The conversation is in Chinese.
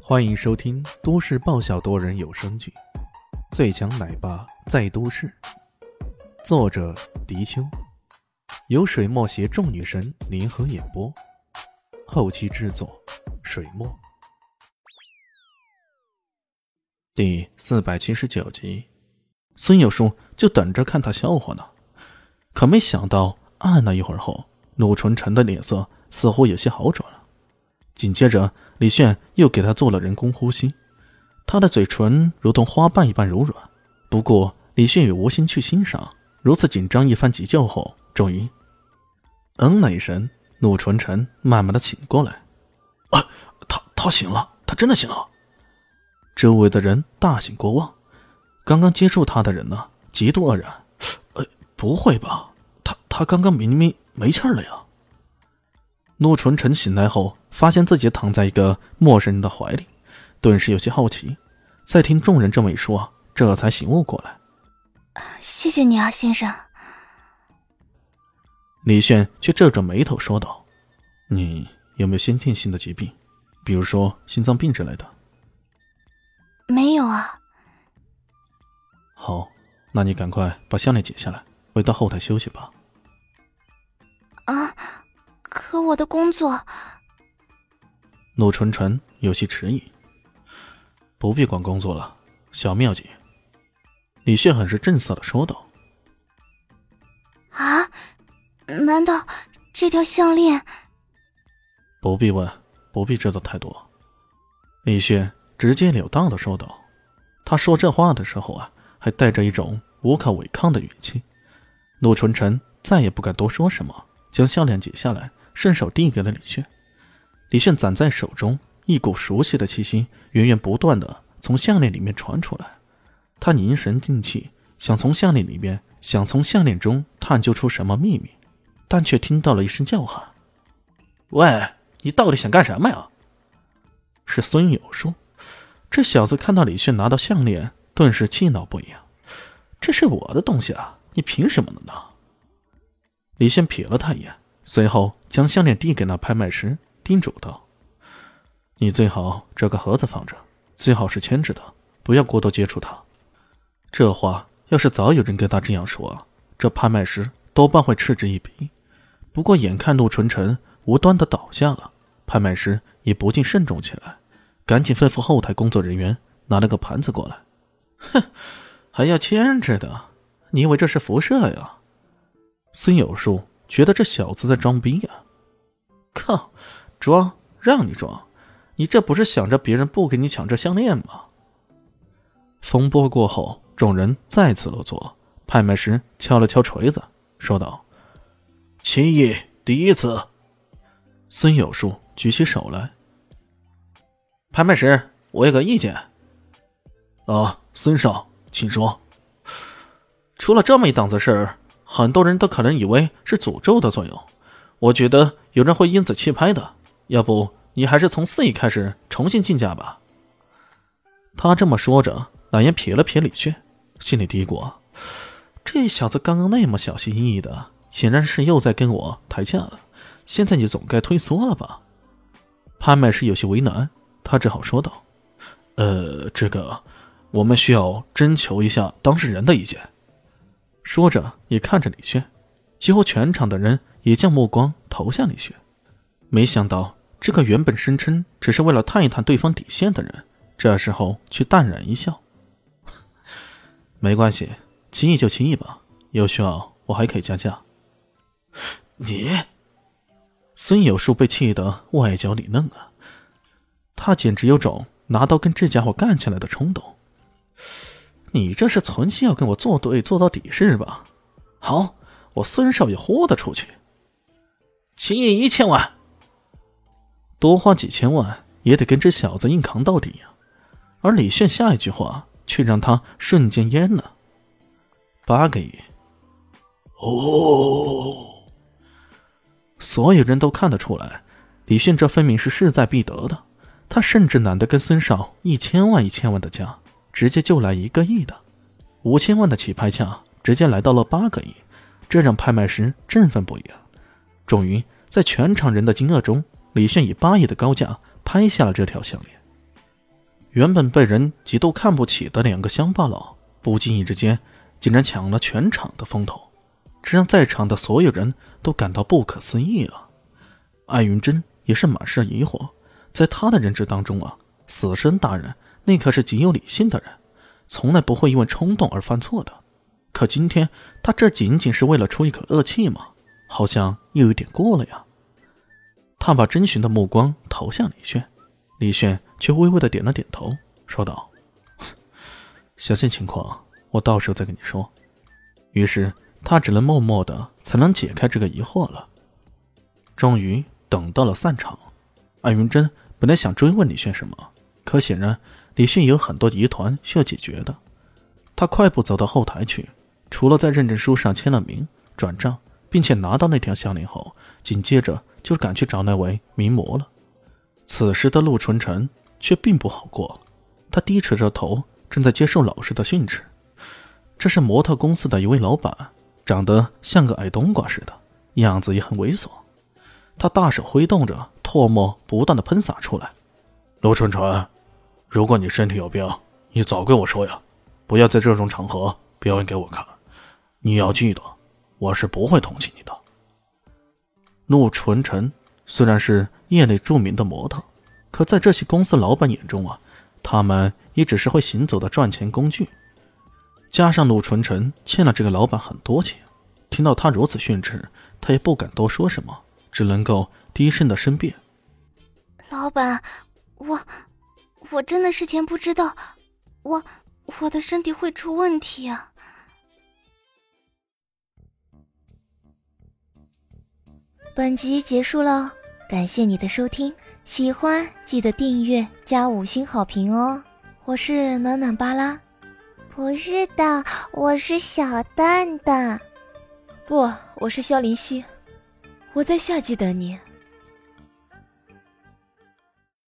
欢迎收听都市爆笑多人有声剧《最强奶爸在都市》，作者：迪秋，由水墨携众女神联合演播，后期制作：水墨。第479集，孙有树就等着看他笑话呢。可没想到，按了一会儿后，陆纯纯的脸色似乎有些好转了。紧接着，李炫又给他做了人工呼吸，他的嘴唇如同花瓣一般柔软。不过，李炫也无心去欣赏，如此紧张一番急救后，终于了一声，陆纯纯慢慢的醒过来。他醒了，他真的醒了。周围的人大醒过望，刚刚接触他的人呢，极度愕然。不会吧，他刚刚明明没气儿了呀。陆纯纯醒来后，发现自己躺在一个陌生人的怀里，顿时有些好奇。再听众人这么一说，这才醒悟过来。 谢谢你啊，先生。 李炫却皱着眉头说道：你有没有先天性的疾病，比如说心脏病之类的？ 没有啊。 好，那你赶快把项链解下来，回到后台休息吧。 啊，可我的工作…… 陆纯纯有些迟疑。不必管工作了，小妙计。李炫很是正色地说道。 啊？难道这条项链…… 不必问，不必知道太多。李炫直截了当地说道。他说这话的时候还带着一种无可违抗的语气。陆纯纯再也不敢多说什么，将项链解下来，顺手递给了李炫。李炫攥在手中，一股熟悉的气息源源不断地从项链里面传出来。他凝神静气，想从项链中探究出什么秘密，但却听到了一声叫喊：喂，你到底想干什么呀？是孙有树。这小子看到李炫拿到项链，顿时气恼不已。这是我的东西啊，你凭什么呢？李炫瞥了他一眼，随后将项链递给那拍卖师，叮嘱道：你最好这个盒子放着，最好是牵着的，不要过多接触它。这话要是早有人跟他这样说，这拍卖师多半会嗤之以鼻。不过眼看陆纯纯无端的倒下了，拍卖师也不禁慎重起来，赶紧吩咐后台工作人员拿了个盘子过来。哼，还要牵着的？你以为这是辐射呀？孙有树觉得这小子在装逼呀。靠，装？让你装？你这不是想着别人不给你抢这项链吗？风波过后，众人再次落座。拍卖师敲了敲锤子，说道：七亿第一次。孙有树举起手来。拍卖师，我有个意见。孙少，请说。出了这么一档子事儿，很多人都可能以为是诅咒的作用，我觉得有人会因此弃拍的，要不你还是从4亿开始重新竞价吧。他这么说着，懒言瞥了瞥李炫，心里嘀咕：这小子刚刚那么小心翼翼的，显然是又在跟我抬价了，现在你总该退缩了吧。拍卖师有些为难，他只好说道：这个我们需要征求一下当事人的意见。说着也看着李炫，几乎全场的人也将目光投向李炫。没想到这个原本声称只是为了探一探对方底线的人，这时候却淡然一笑。没关系，7亿就7亿吧，有需要我还可以加价。你……孙有树被气得外焦里嫩啊，他简直有种拿刀跟这家伙干起来的冲动。你这是存心要跟我作对做到底是吧？好，我孙少爷豁得出去。7亿1000万，多花几千万也得跟这小子硬扛到底啊！而李炫下一句话却让他瞬间淹了。8个亿。所有人都看得出来，李炫这分明是势在必得的。他甚至懒得跟孙少1000万1000万的价，直接就来1个亿的，5000万的起拍价直接来到了8个亿，这让拍卖师振奋不已。终于在全场人的惊愕中，李炫以8亿的高价拍下了这条项链。 原本被人极度看不起的2个乡巴佬，不经意之间竟然抢了全场的风头，这让在场的所有人都感到不可思议啊！艾云珍也是满是疑惑，在他的认知当中啊，死神大人那可是极有理性的人，从来不会因为冲动而犯错的。可今天他这仅仅是为了出一口恶气吗？好像又有点过了呀。他把征询的目光投向李炫，李炫却微微的点了点头，说道：详细情况我到时候再跟你说。于是他只能默默的才能解开这个疑惑了。终于等到了散场，艾云珍本来想追问李炫什么，可显然李炫有很多疑团需要解决的。他快步走到后台去，除了在认证书上签了名转账并且拿到那条项链后，紧接着就赶去找那位名模了。此时的陆纯纯却并不好过，他低垂着头正在接受老师的训斥。这是模特公司的一位老板，长得像个矮冬瓜似的，样子也很猥琐。他大手挥动着，唾沫不断地喷洒出来。陆纯纯，如果你身体有病，你早跟我说呀，不要在这种场合表演给我看。你要记得，我是不会同情你的。陆纯纯虽然是业内著名的模特，可在这些公司老板眼中啊，他们也只是会行走的赚钱工具。加上陆纯纯欠了这个老板很多钱，听到他如此训斥，他也不敢多说什么，只能够低声的申辩。 老板，我真的事前不知道，我的身体会出问题啊。本集结束了，感谢你的收听，喜欢记得订阅加5星好评哦。我是暖暖巴拉。不是的，我是小蛋蛋。 不，我是萧林希，我在夏季等你。